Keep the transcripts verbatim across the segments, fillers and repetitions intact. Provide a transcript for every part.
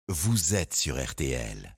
Vous êtes sur R T L.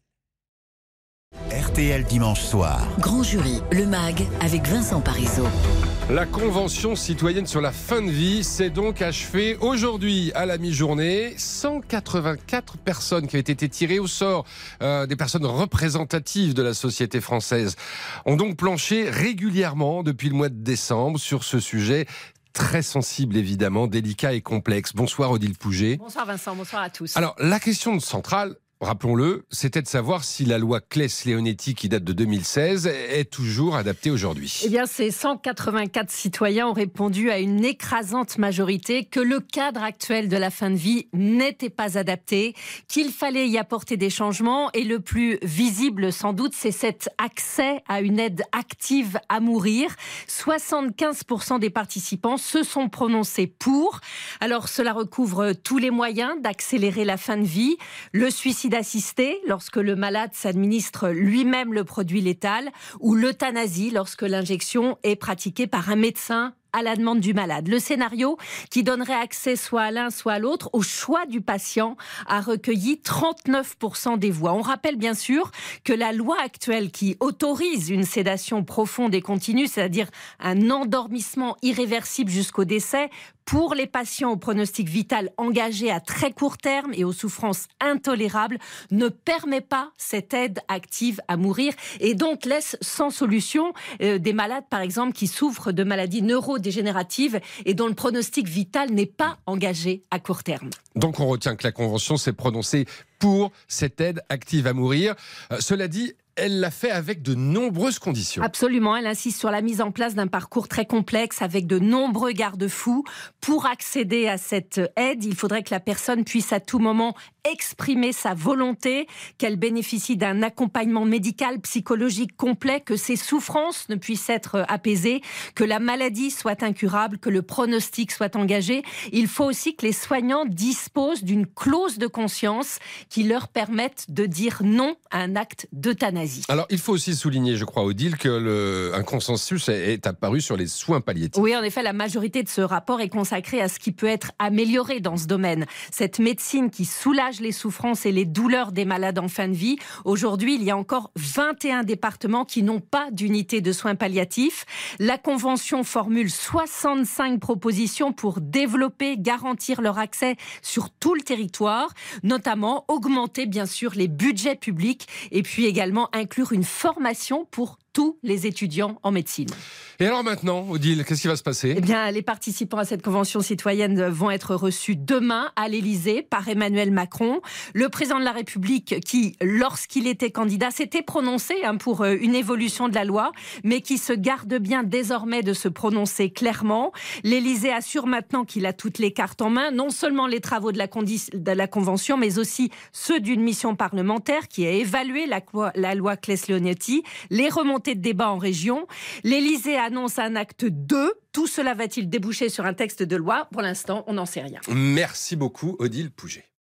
R T L dimanche soir. Grand jury, le mag avec Vincent Parisot. La Convention citoyenne sur la fin de vie s'est donc achevée aujourd'hui à la mi-journée. cent quatre-vingt-quatre personnes qui ont été tirées au sort, euh, des personnes représentatives de la société française, ont donc planché régulièrement depuis le mois de décembre sur ce sujet très sensible, évidemment, délicat et complexe. Bonsoir Odile Pouget. Bonsoir Vincent, bonsoir à tous. Alors, la question centrale, rappelons-le, c'était de savoir si la loi Claes-Leonetti, qui date de deux mille seize, est toujours adaptée aujourd'hui. Eh bien, ces cent quatre-vingt-quatre citoyens ont répondu à une écrasante majorité que le cadre actuel de la fin de vie n'était pas adapté, qu'il fallait y apporter des changements, et le plus visible sans doute, c'est cet accès à une aide active à mourir. soixante-quinze pour cent des participants se sont prononcés pour. Alors, cela recouvre tous les moyens d'accélérer la fin de vie, le suicide assisté lorsque le malade s'administre lui-même le produit létal, ou l'euthanasie lorsque l'injection est pratiquée par un médecin à la demande du malade. Le scénario qui donnerait accès soit à l'un soit à l'autre au choix du patient a recueilli trente-neuf pour cent des voix. On rappelle bien sûr que la loi actuelle qui autorise une sédation profonde et continue, c'est-à-dire un endormissement irréversible jusqu'au décès, pour les patients au pronostic vital engagé à très court terme et aux souffrances intolérables, ne permet pas cette aide active à mourir et donc laisse sans solution euh, des malades, par exemple, qui souffrent de maladies neurodégénératives et dont le pronostic vital n'est pas engagé à court terme. Donc on retient que la Convention s'est prononcée pour cette aide active à mourir. Euh, cela dit, elle l'a fait avec de nombreuses conditions. Absolument, elle insiste sur la mise en place d'un parcours très complexe avec de nombreux garde-fous. Pour accéder à cette aide, il faudrait que la personne puisse à tout moment exprimer sa volonté, qu'elle bénéficie d'un accompagnement médical, psychologique complet, que ses souffrances ne puissent être apaisées, que la maladie soit incurable, que le pronostic soit engagé. Il faut aussi que les soignants disposent d'une clause de conscience qui leur permette de dire non à un acte d'euthanasie. Alors, il faut aussi souligner, je crois, Odile, que le, un consensus est, est apparu sur les soins palliatifs. Oui, en effet, la majorité de ce rapport est consacrée à ce qui peut être amélioré dans ce domaine. Cette médecine qui soulage les souffrances et les douleurs des malades en fin de vie. Aujourd'hui, il y a encore vingt et un départements qui n'ont pas d'unité de soins palliatifs. La Convention formule soixante-cinq propositions pour développer, garantir leur accès sur tout le territoire, notamment augmenter, bien sûr, les budgets publics et puis également inclure une formation pour tous les étudiants en médecine. Et alors maintenant, Odile, qu'est-ce qui va se passer ? Eh bien, les participants à cette convention citoyenne vont être reçus demain à l'Élysée par Emmanuel Macron. Le président de la République qui, lorsqu'il était candidat, s'était prononcé hein, pour une évolution de la loi, mais qui se garde bien désormais de se prononcer clairement. L'Élysée assure maintenant qu'il a toutes les cartes en main, non seulement les travaux de la, condi- de la convention, mais aussi ceux d'une mission parlementaire qui a évalué la, la loi Claes-Leonetti, les remontées de débat en région. L'Élysée annonce un acte deux. Tout cela va-t-il déboucher sur un texte de loi ? Pour l'instant, on n'en sait rien. Merci beaucoup, Odile Pouget.